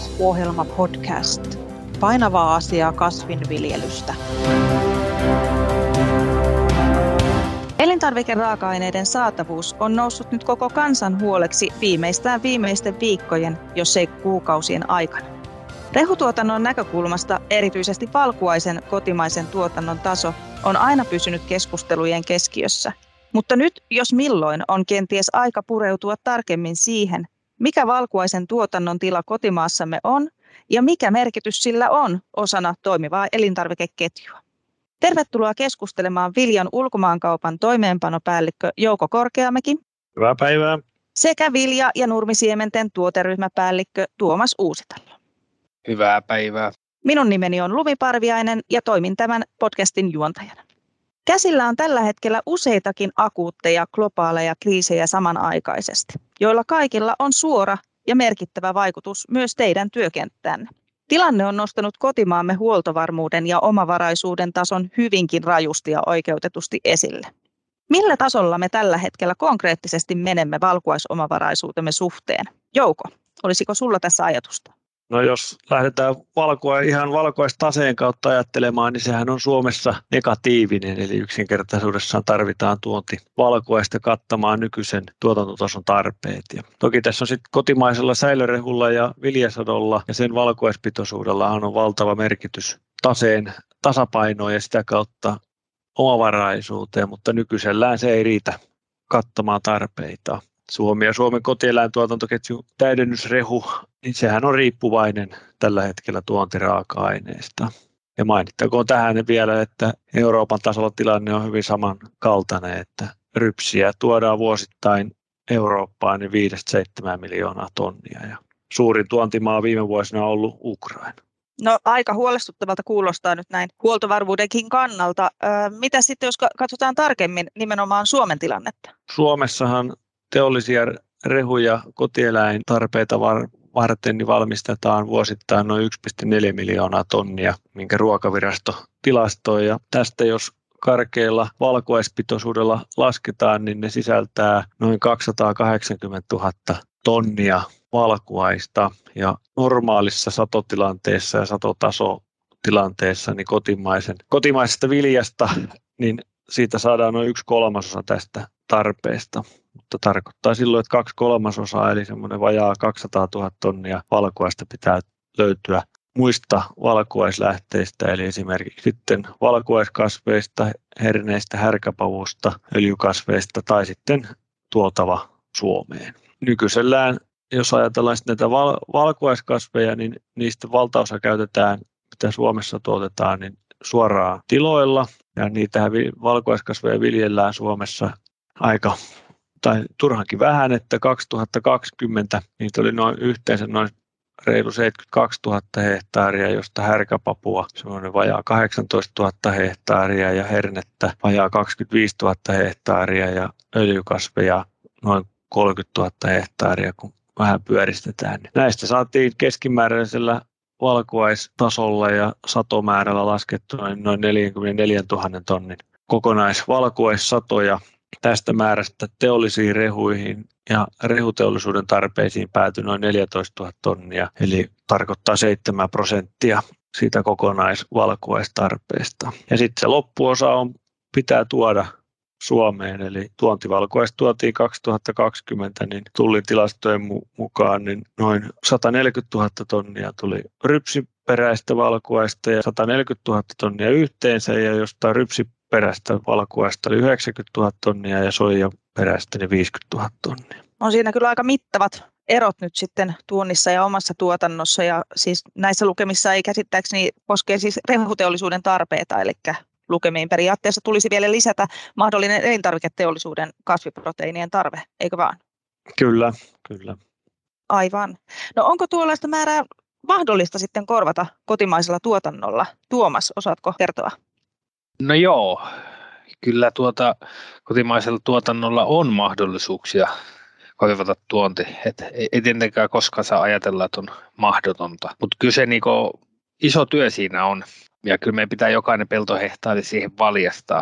Kasvuohjelma podcast. Painavaa asiaa kasvinviljelystä. Elintarvikeraaka-aineiden saatavuus on noussut nyt koko kansan huoleksi viimeistään viimeisten viikkojen, jos ei kuukausien aikana. Rehutuotannon näkökulmasta erityisesti valkuaisen kotimaisen tuotannon taso on aina pysynyt keskustelujen keskiössä. Mutta nyt, jos milloin, on kenties aika pureutua tarkemmin siihen, mikä valkuaisen tuotannon tila kotimaassamme on ja mikä merkitys sillä on osana toimivaa elintarvikeketjua. Tervetuloa keskustelemaan viljan ulkomaankaupan toimeenpanopäällikkö Jouko Korkeamäki. Hyvää päivää. Sekä vilja- ja nurmisiementen tuoteryhmäpäällikkö Tuomas Uusitalo. Hyvää päivää. Minun nimeni on Lumi Parviainen ja toimin tämän podcastin juontajana. Käsillä on tällä hetkellä useitakin akuutteja globaaleja kriisejä samanaikaisesti, joilla kaikilla on suora ja merkittävä vaikutus myös teidän työkenttänne. Tilanne on nostanut kotimaamme huoltovarmuuden ja omavaraisuuden tason hyvinkin rajusti ja oikeutetusti esille. Millä tasolla me tällä hetkellä konkreettisesti menemme valkuaisomavaraisuutemme suhteen? Jouko, olisiko sulla tässä ajatusta? No jos lähdetään ihan valkuaistaseen kautta ajattelemaan, niin sehän on Suomessa negatiivinen, eli yksinkertaisuudessaan tarvitaan tuontivalkuaista kattamaan nykyisen tuotantotason tarpeet. Ja toki tässä on sitten kotimaisella säilörehulla ja viljasadolla ja sen valkuaispitoisuudella on valtava merkitys taseen tasapainoon ja sitä kautta omavaraisuuteen, mutta nykyisellään se ei riitä kattamaan tarpeita. Suomi ja Suomen kotieläintuotantoketjun täydennysrehu, niin sehän on riippuvainen tällä hetkellä tuontiraaka-aineesta. Ja mainittakoon tähän vielä, että Euroopan tasolla tilanne on hyvin samankaltainen, että rypsiä tuodaan vuosittain Eurooppaan niin 5-7 miljoonaa tonnia. Ja suurin tuontimaa viime vuosina on ollut Ukraina. No aika huolestuttavalta kuulostaa nyt näin huoltovarmuudenkin kannalta. Mitä sitten, jos katsotaan tarkemmin nimenomaan Suomen tilannetta? Suomessahan teollisia rehuja kotieläintarpeita varten niin valmistetaan vuosittain noin 1,4 miljoonaa tonnia, minkä Ruokavirasto tilastoi. Ja tästä jos karkeilla valkuaispitoisuudella lasketaan, niin ne sisältää noin 280 000 tonnia valkuaista. Ja normaalissa satotilanteessa ja satotasotilanteessa niin kotimaisesta viljasta, niin siitä saadaan noin 1/3 tästä tarpeesta. Mutta tarkoittaa silloin, että 2/3 eli semmoinen vajaa 200 000 tonnia valkuaista pitää löytyä muista valkuaislähteistä, eli esimerkiksi sitten valkuaiskasveista, herneistä, härkäpavusta, öljykasveista tai sitten tuotava Suomeen. Nykyisellään, jos ajatellaan näitä valkuaiskasveja, niin niistä valtaosa käytetään, mitä Suomessa tuotetaan, niin suoraan tiloilla, ja niitä valkuaiskasveja viljellään Suomessa turhankin vähän, että 2020 niitä oli yhteensä noin reilu 72 000 hehtaaria, josta härkäpapua semmoinen vajaa 18 000 hehtaaria ja hernettä vajaa 25 000 hehtaaria ja öljykasveja noin 30 000 hehtaaria, kun vähän pyöristetään. Näistä saatiin keskimääräisellä valkuaistasolla ja satomäärällä laskettu noin 44 000 tonnin kokonaisvalkuaissatoja. Tästä määrästä teollisiin rehuihin ja rehuteollisuuden tarpeisiin päätyi noin 14 000 tonnia, eli tarkoittaa 7% siitä kokonaisvalkuaistarpeesta. Ja sitten se loppuosa pitää tuoda Suomeen, eli tuontivalkuaista tuotiin 2020, niin tullitilastojen mukaan niin noin 140 000 tonnia tuli rypsiperäistä valkuaista ja 140 000 tonnia yhteensä, ja jostain rypsiperäistä valkuaista oli 90 000 tonnia ja soijaperäistä niin 50 000 tonnia. On siinä kyllä aika mittavat erot nyt sitten tuonnissa ja omassa tuotannossa, ja siis näissä lukemissa ei käsittääkseni koskee siis rehuteollisuuden tarpeita, eli lukemiin periaatteessa tulisi vielä lisätä mahdollinen elintarviketeollisuuden kasviproteiinien tarve, eikö vaan? Kyllä. Aivan. No onko tuollaista määrää mahdollista sitten korvata kotimaisella tuotannolla? Tuomas, osaatko kertoa? No joo, kyllä kotimaisella tuotannolla on mahdollisuuksia korvata tuonti. Ei tietenkään koskaan saa ajatella, että on mahdotonta, mutta kyllä se iso työ siinä on. Ja kyllä meidän pitää jokainen peltohehtaari siihen valjastaa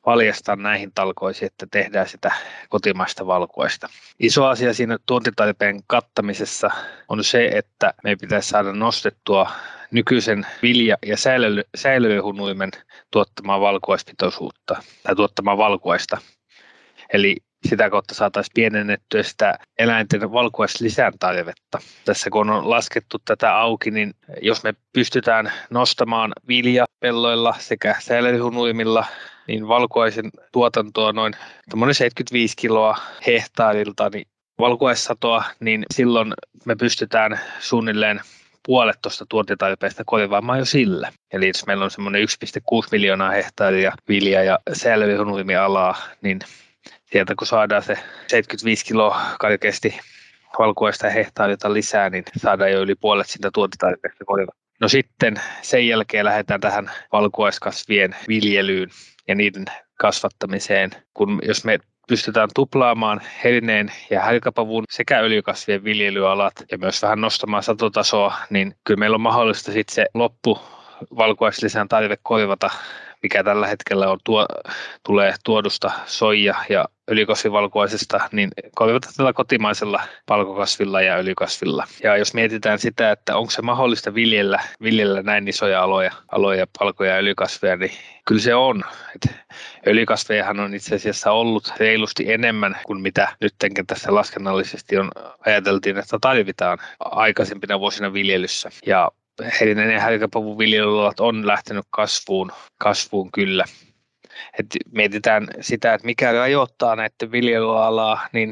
valjastaa näihin talkoisiin, että tehdään sitä kotimaista valkuaista. Iso asia siinä tuontitarpeen kattamisessa on se, että meidän pitäisi saada nostettua nykyisen vilja- ja säilölehunuimen tuottamaa valkuaispitoisuutta tai tuottamaa valkuaista. Eli sitä kautta saataisiin pienennettyä sitä eläinten valkuaislisän tarvetta. Tässä kun on laskettu tätä auki, niin jos me pystytään nostamaan viljapelloilla sekä säilölehunuimilla, niin valkuaisen tuotantoa noin 75 kiloa hehtaarilta niin valkuaissatoa, niin silloin me pystytään suunnilleen puolet tuosta tuontitarpeesta korvaamaan jo sillä. Eli jos meillä on semmoinen 1,6 miljoonaa hehtaaria vilja- ja säilölehunuimialaa, niin sieltä kun saadaan se 75 kiloa karkeasti valkuaista hehtaarilta lisää, niin saadaan jo yli puolet siitä tuontitarpeesta korvata. No sitten sen jälkeen lähdetään tähän valkuaiskasvien viljelyyn ja niiden kasvattamiseen, jos me pystytään tuplaamaan herneen ja härkäpavun sekä öljykasvien viljelyalat ja myös vähän nostamaan satotasoa, niin kyllä meillä on mahdollista sitten se loppuvalkuaislisän tarve korvata, mikä tällä hetkellä tulee tuodusta soija- ja öljykasvivalkuaisesta, niin korvata tällä kotimaisella palkokasvilla ja öljykasvilla. Ja jos mietitään sitä, että onko se mahdollista viljellä näin isoja aloja palkoja ja öljykasveja, niin kyllä se on. Öljykasvejahan on itse asiassa ollut reilusti enemmän kuin mitä nyttenkin tässä laskennallisesti ajateltiin, että tarvitaan aikaisempina vuosina viljelyssä. Ja herneen ja härkäpavun viljelyalat on lähtenyt kasvuun kyllä. Et mietitään sitä, että mikä rajoittaa näiden viljelyalaa, niin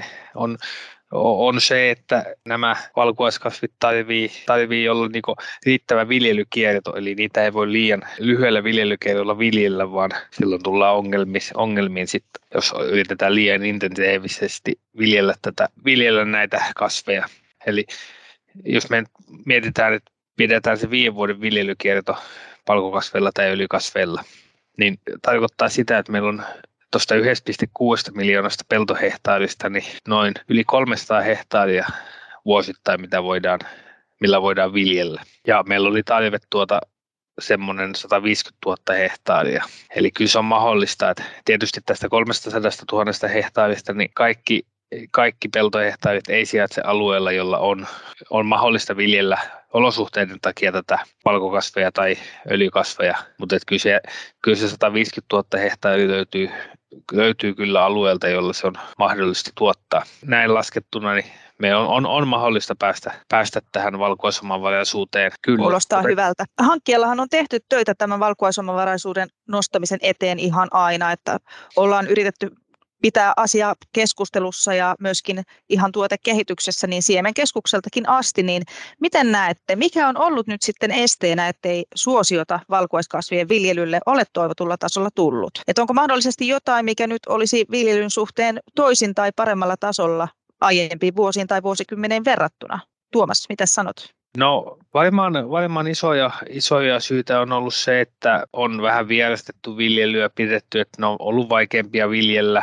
on se, että nämä valkuaiskasvit tarvii olla niinku riittävä viljelykierto, eli niitä ei voi liian lyhyellä viljelykierrolla viljellä, vaan silloin tullaan ongelmiin sitten, jos yritetään liian intensiivisesti viljellä näitä kasveja. Eli jos me mietitään, että pidetään se 5 vuoden viljelykierto palkokasveilla tai öljykasveilla, niin tarkoittaa sitä, että meillä on tuosta 1,6 miljoonasta peltohehtaarista niin noin yli 300 hehtaaria vuosittain, millä voidaan viljellä. Ja meillä oli tarve semmoinen 150 000 hehtaaria. Eli kyllä se on mahdollista, että tietysti tästä 300 000 hehtaarista niin kaikki peltohehtaarit ei sijaitse alueella, jolla on mahdollista viljellä olosuhteiden takia tätä palkokasveja tai öljykasveja, mutta kyllä se 150 000 hehtaaria löytyy kyllä alueelta, jolla se on mahdollista tuottaa. Näin laskettuna niin meidän on mahdollista päästä tähän valkuaisomavaraisuuteen. Kyllä. Kuulostaa hyvältä. Hankkijallahan on tehty töitä tämän valkuaisomavaraisuuden nostamisen eteen ihan aina, että ollaan yritetty pitää asiaa keskustelussa ja myöskin ihan tuotekehityksessä niin Siemenkeskukseltakin asti, niin miten näette, mikä on ollut nyt sitten esteenä, ettei suosiota valkuaiskasvien viljelylle ole toivotulla tasolla tullut? Että onko mahdollisesti jotain, mikä nyt olisi viljelyn suhteen toisin tai paremmalla tasolla aiempiin vuosiin tai vuosikymmeneen verrattuna? Tuomas, mitä sanot? No varmaan isoja syitä on ollut se, että on vähän vierastettu viljelyä, pidetty, että ne on ollut vaikeampia viljellä.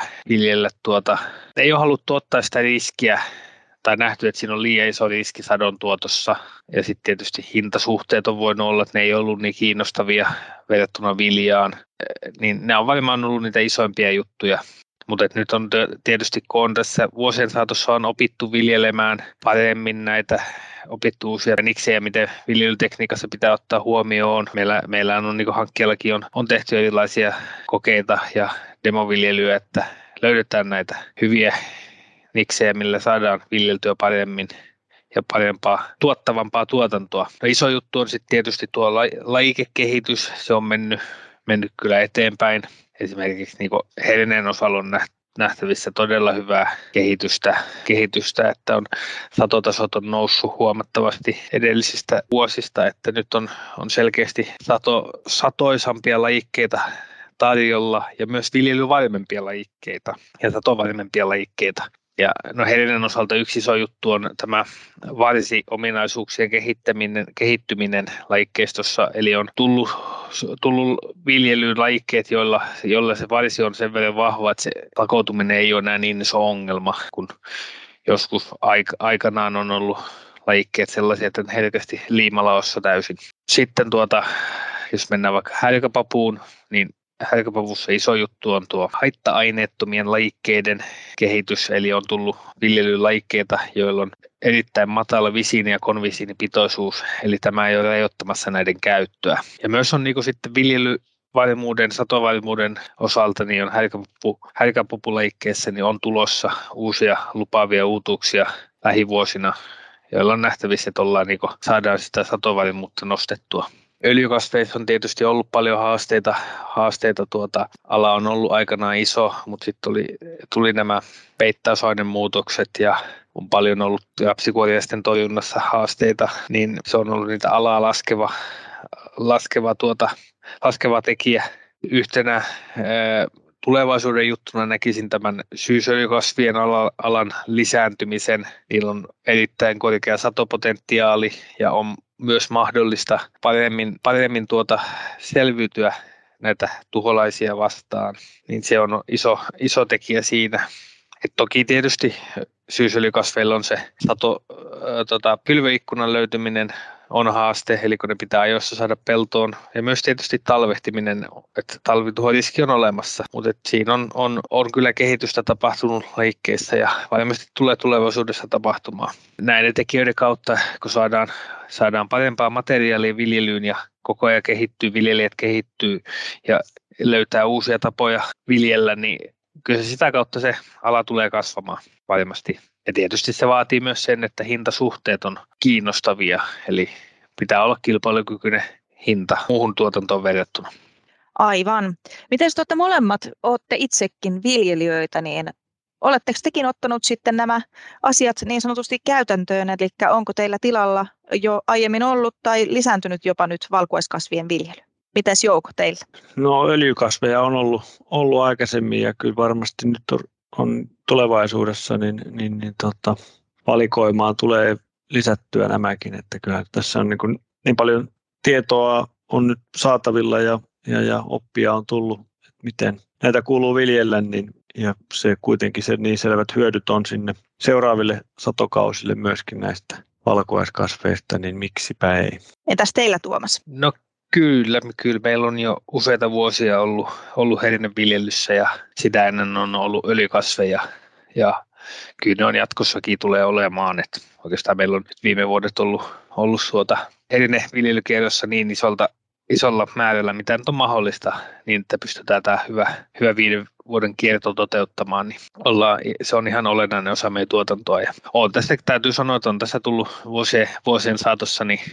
Ei ole haluttu ottaa sitä riskiä tai nähty, että siinä on liian iso riski sadon tuotossa. Ja sitten tietysti hintasuhteet on voinut olla, että ne ei ollut niin kiinnostavia verrattuna viljaan. Niin ne on varmaan ollut niitä isoimpia juttuja. Mutta nyt on tietysti, kun on tässä vuosien saatossa on opittu viljelemään paremmin opittu uusia niksejä, miten viljelytekniikassa pitää ottaa huomioon. Meillä on niin kuin hankkijallakin on tehty erilaisia kokeita ja demoviljelyä, että löydetään näitä hyviä niksejä, millä saadaan viljeltyä paremmin ja parempaa, tuottavampaa tuotantoa. No, iso juttu on sitten tietysti tuo lajikekehitys, se on mennyt kyllä eteenpäin. Esimerkiksi niin herneen osalla on nähtävissä todella hyvää kehitystä, että satotasot on noussut huomattavasti edellisistä vuosista, että nyt on selkeästi satoisampia lajikkeita tarjolla ja myös viljelyvarmempia lajikkeita ja satovarmempia lajikkeita. Ja no herneen osalta yksi iso juttu on tämä varsiominaisuuksien kehittyminen lajikkeistossa, eli on tullut viljelyyn lajikkeet, joilla se varsi on sen verran vahva, että se takoutuminen ei ole enää niin iso ongelma, kun joskus aikanaan on ollut lajikkeet sellaisia, että ne herkästi liimalaossa täysin. Sitten jos mennään vaikka härkäpapuun, niin härkäpavussa iso juttu on tuo haitta-aineettomien lajikkeiden kehitys, eli on tullut viljelylajikkeita, joilla on erittäin matala visiini- ja konvisiinipitoisuus, eli tämä ei ole rajoittamassa näiden käyttöä. Ja myös on niin sitten viljelyvarmuuden, satovarmuuden osalta, niin on härkäpupulajikkeessa niin on tulossa uusia lupaavia uutuuksia lähivuosina, joilla on nähtävissä, että saadaan sitä satovarmuutta nostettua. Öljykasveissa on tietysti ollut paljon haasteita ala on ollut aikanaan iso, mutta sitten tuli nämä peittausainemuutokset ja on paljon ollut rapsikuoriaisten torjunnassa haasteita, niin se on ollut niitä alaa laskeva tekijä. Yhtenä tulevaisuuden juttuna näkisin tämän syysöljykasvien alan lisääntymisen. Niillä on erittäin korkea satopotentiaali ja on myös mahdollista paremmin selviytyä näitä tuholaisia vastaan, niin se on iso tekijä siinä. Et toki tietysti syysöljykasveilla on se kylvöikkunan löytyminen on haaste, eli kun ne pitää ajoissa saada peltoon, ja myös tietysti talvehtiminen, että talvituhoriski on olemassa, mutta siinä on kyllä kehitystä tapahtunut lajikkeissa ja varmasti tulee tulevaisuudessa tapahtumaan. Näiden tekijöiden kautta, kun saadaan parempaa materiaalia viljelyyn ja koko ajan viljelijät kehittyy ja löytää uusia tapoja viljellä, niin kyllä sitä kautta se ala tulee kasvamaan varmasti. Ja tietysti se vaatii myös sen, että hintasuhteet on kiinnostavia, eli pitää olla kilpailukykyinen hinta muuhun tuotantoon verrattuna. Aivan. Miten molemmat olette itsekin viljelijöitä, niin oletteko tekin ottanut sitten nämä asiat niin sanotusti käytäntöön, eli onko teillä tilalla jo aiemmin ollut tai lisääntynyt jopa nyt valkuaiskasvien viljely? Mites Jouko teillä? No öljykasveja on ollut aikaisemmin ja kyllä varmasti nyt on tulevaisuudessa niin valikoimaan tulee lisättyä nämäkin, että kyllä tässä on niin paljon tietoa on nyt saatavilla ja oppia on tullut, että miten näitä kuuluu viljellä, niin ja se kuitenkin se niin selvät hyödyt on sinne seuraaville satokausille myöskin näistä valkuaiskasveista, niin miksipä ei. Entäs teillä, Tuomas? No Kyllä meillä on jo useita vuosia ollut herinneviljelyssä ja sitä ennen on ollut öljykasveja ja kyllä ne on jatkossakin tulee olemaan, että oikeastaan meillä on viime vuodet ollut herinneviljelykierrossa niin isolla määrällä, mitä nyt on mahdollista, niin että pystytään tämä hyvä 5 vuoden kierto toteuttamaan, niin se on ihan olennainen osa meidän tuotantoa. Ja täytyy sanoa, että on tässä tullut vuosien saatossa niin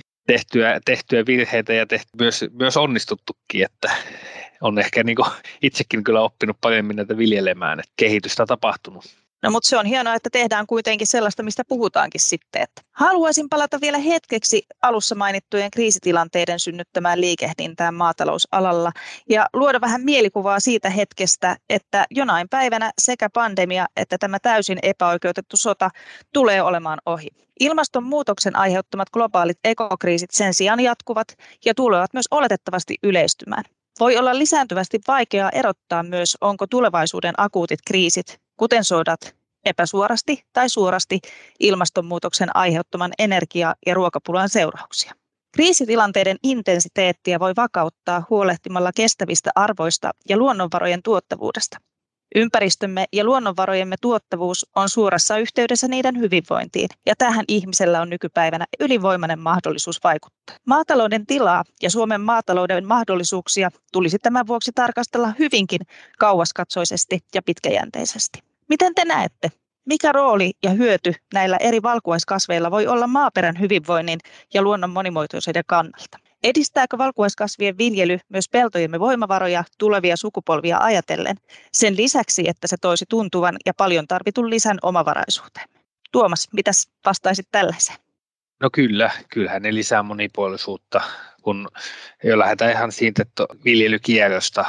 tehtyä virheitä ja myös onnistuttukin, että on ehkä itsekin kyllä oppinut paremmin näitä viljelemään, että kehitystä tapahtunut. No mutta se on hienoa, että tehdään kuitenkin sellaista, mistä puhutaankin sitten. Että haluaisin palata vielä hetkeksi alussa mainittujen kriisitilanteiden synnyttämään liikehdintään maatalousalalla ja luoda vähän mielikuvaa siitä hetkestä, että jonain päivänä sekä pandemia että tämä täysin epäoikeutettu sota tulee olemaan ohi. Ilmastonmuutoksen aiheuttamat globaalit ekokriisit sen sijaan jatkuvat ja tulevat myös oletettavasti yleistymään. Voi olla lisääntyvästi vaikeaa erottaa myös, onko tulevaisuuden akuutit kriisit, kuten sodat, epäsuorasti tai suorasti ilmastonmuutoksen aiheuttaman energia- ja ruokapulan seurauksia. Kriisitilanteiden intensiteettiä voi vakauttaa huolehtimalla kestävistä arvoista ja luonnonvarojen tuottavuudesta. Ympäristömme ja luonnonvarojemme tuottavuus on suorassa yhteydessä niiden hyvinvointiin, ja tähän ihmisellä on nykypäivänä ylivoimainen mahdollisuus vaikuttaa. Maatalouden tilaa ja Suomen maatalouden mahdollisuuksia tulisi tämän vuoksi tarkastella hyvinkin kauaskatsoisesti ja pitkäjänteisesti. Miten te näette? Mikä rooli ja hyöty näillä eri valkuaiskasveilla voi olla maaperän hyvinvoinnin ja luonnon monimuotoisuuden kannalta? Edistääkö valkuaiskasvien viljely myös peltojemme voimavaroja tulevia sukupolvia ajatellen, sen lisäksi, että se toisi tuntuvan ja paljon tarvitun lisän omavaraisuuteen? Tuomas, mitäs vastaisit tällaiseen? No kyllähän ne lisää monipuolisuutta, kun jo lähdetään ihan siitä, että viljelykierrosta,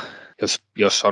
jos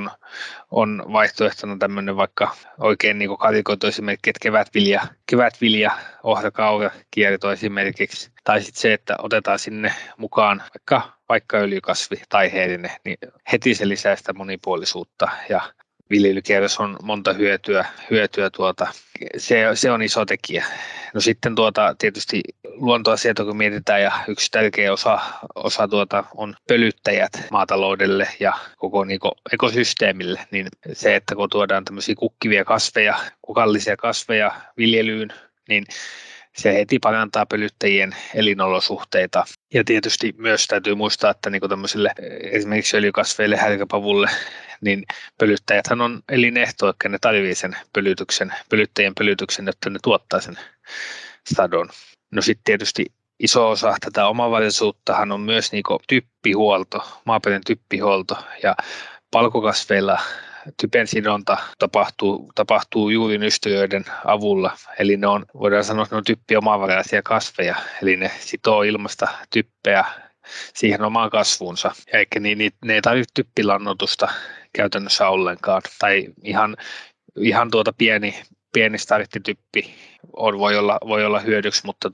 on vaihtoehtona tämmöinen vaikka oikein karikoitu esimerkki, että kevätvilja, ohra, kaura kierto esimerkiksi, tai sitten se, että otetaan sinne mukaan vaikka öljykasvi tai herinne, niin heti se lisää sitä monipuolisuutta ja viljelykierros on monta hyötyä se on iso tekijä. No sitten tietysti luontoasioita kun mietitään ja yksi tärkeä osa on pölyttäjät maataloudelle ja koko ekosysteemille, niin se, että kun tuodaan tämmöisiä kukkivia kasveja, kukallisia kasveja viljelyyn, niin se heti parantaa pölyttäjien elinolosuhteita. Ja tietysti myös täytyy muistaa, että niin tämmöisille esimerkiksi öljykasveille, härkäpavulle, niin pölyttäjäthän on elinehto, että ne tarvitsee sen pölyttäjien pölytyksen, jotta ne tuottaa sen sadon. No sitten tietysti iso osa tätä omavaraisuuttahan on myös typpihuolto, maaperän typpihuolto ja palkokasveilla typen sidonta tapahtuu juuri nystyröiden avulla, eli voidaan sanoa, että ne on typpiomavaraisia kasveja, eli ne sitoo ilmasta typpeä siihen omaan kasvuunsa, eikä ne ei tarvitse typpilannoitusta käytännössä ollenkaan, tai ihan pieni starttityppi voi olla hyödyksi, mutta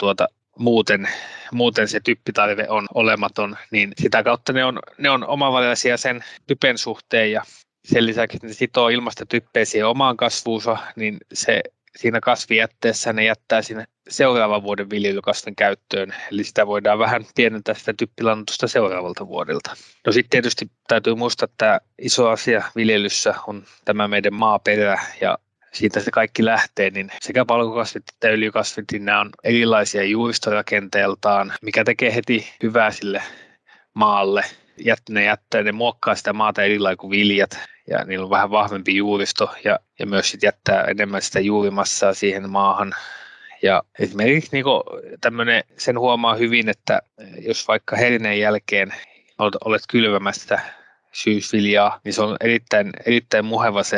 muuten se typpitarve on olematon, niin sitä kautta ne on omavaraisia sen typen suhteen ja sen lisäksi, että ne sitoo ilmasta typpeä siihen omaan kasvuunsa, niin siinä kasvijätteessä ne jättää sinne seuraavan vuoden viljelykasvin käyttöön. Eli sitä voidaan vähän pienentää sitä typpilannoitusta seuraavalta vuodelta. No sitten tietysti täytyy muistaa, että tämä iso asia viljelyssä on tämä meidän maaperä ja siitä se kaikki lähtee, niin sekä palkokasvit että öljykasvit, niin nämä on erilaisia juuristorakenteeltaan, mikä tekee heti hyvää sille maalle. Ne muokkaa sitä maata eri lailla kuin viljat ja niillä on vähän vahvempi juuristo ja myös sit jättää enemmän sitä juurimassaa siihen maahan. Ja esimerkiksi sen huomaa hyvin, että jos vaikka herneen jälkeen olet kylvämässä syysviljaa, niin se on erittäin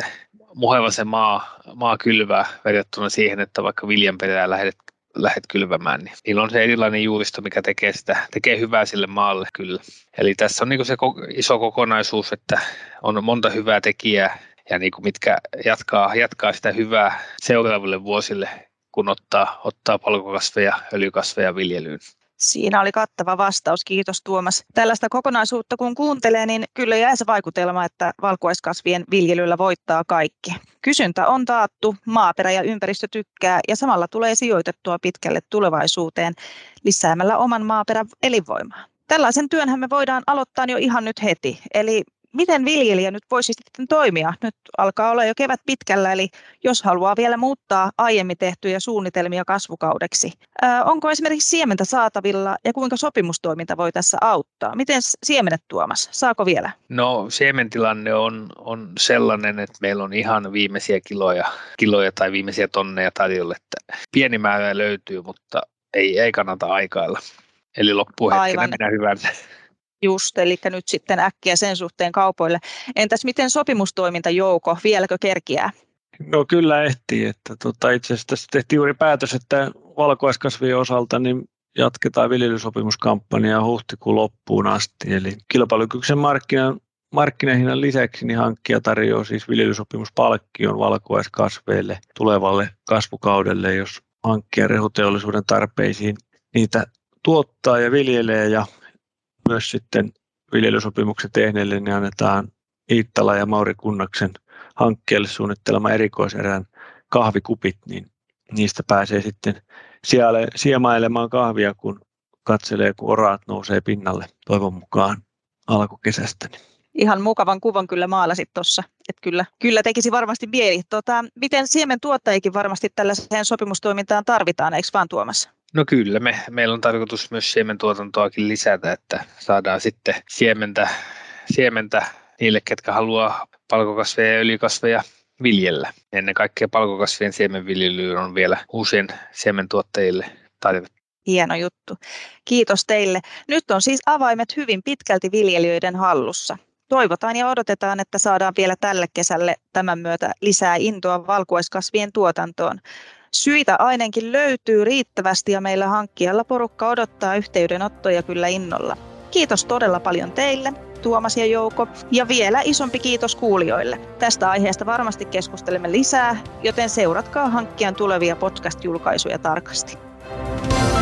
muheva se maa kylvää verrattuna siihen, että vaikka viljan perään lähdet kylvämään, niin niillä on se erilainen juuristo, mikä tekee hyvää sille maalle kyllä. Eli tässä on se iso kokonaisuus, että on monta hyvää tekijää ja mitkä jatkaa sitä hyvää seuraaville vuosille, kun ottaa palkokasveja, öljykasveja viljelyyn. Siinä oli kattava vastaus. Kiitos Tuomas. Tällaista kokonaisuutta kun kuuntelee, niin kyllä jää se vaikutelma, että valkuaiskasvien viljelyllä voittaa kaikki. Kysyntä on taattu, maaperä ja ympäristö tykkää ja samalla tulee sijoitettua pitkälle tulevaisuuteen lisäämällä oman maaperän elinvoimaa. Tällaisen työnhän me voidaan aloittaa jo ihan nyt heti. Eli miten viljelijä nyt voisi sitten toimia? Nyt alkaa olla jo kevät pitkällä, eli jos haluaa vielä muuttaa aiemmin tehtyjä suunnitelmia kasvukaudeksi. Onko esimerkiksi siementä saatavilla ja kuinka sopimustoiminta voi tässä auttaa? Miten siemenet, Tuomas? Saako vielä? No siementilanne on sellainen, että meillä on ihan viimeisiä kiloja tai viimeisiä tonneja tarjolla. Että pieni määrä löytyy, mutta ei kannata aikailla. Eli loppuhetkenä minä hyvänsä. Just, eli nyt sitten äkkiä sen suhteen kaupoille. Entäs miten sopimustoiminta, Jouko, vieläkö kerkiää? No kyllä ehtii, että itse asiassa tässä tehtiin juuri päätös, että valkuaiskasvien osalta niin jatketaan viljelysopimuskampanjaa huhtikuun loppuun asti. Eli kilpailukykyisen markkinahinnan lisäksi niin hankkija tarjoaa siis viljelysopimuspalkkion valkuaiskasveille tulevalle kasvukaudelle, jos hankkija rehuteollisuuden tarpeisiin niitä tuottaa ja viljelee ja myös sitten viljelysopimuksen tehneille niin annetaan Iittala ja Mauri Kunnaksen hankkeelle suunnittelema erikoiserän kahvikupit, niin niistä pääsee sitten siemailemaan kahvia, kun katselee, kun oraat nousee pinnalle toivon mukaan alkukesästä. Ihan mukavan kuvan kyllä maalasit tuossa, että kyllä tekisi varmasti mieli. Miten siementuottajikin varmasti tällaiseen sopimustoimintaan tarvitaan, eikö vaan Tuomas? No kyllä, meillä on tarkoitus myös siementuotantoakin lisätä, että saadaan sitten siementä niille, ketkä haluaa palkokasveja ja öljykasveja viljellä. Ennen kaikkea palkokasvien siemenviljelyyn on vielä uusien siementuottajille tarvetta. Hieno juttu. Kiitos teille. Nyt on siis avaimet hyvin pitkälti viljelijöiden hallussa. Toivotaan ja odotetaan, että saadaan vielä tälle kesälle tämän myötä lisää intoa valkuaiskasvien tuotantoon. Syitä ainakin löytyy riittävästi ja meillä hankkijalla porukka odottaa yhteydenottoja kyllä innolla. Kiitos todella paljon teille, Tuomas ja Jouko, ja vielä isompi kiitos kuulijoille. Tästä aiheesta varmasti keskustelemme lisää, joten seuratkaa hankkijan tulevia podcast-julkaisuja tarkasti.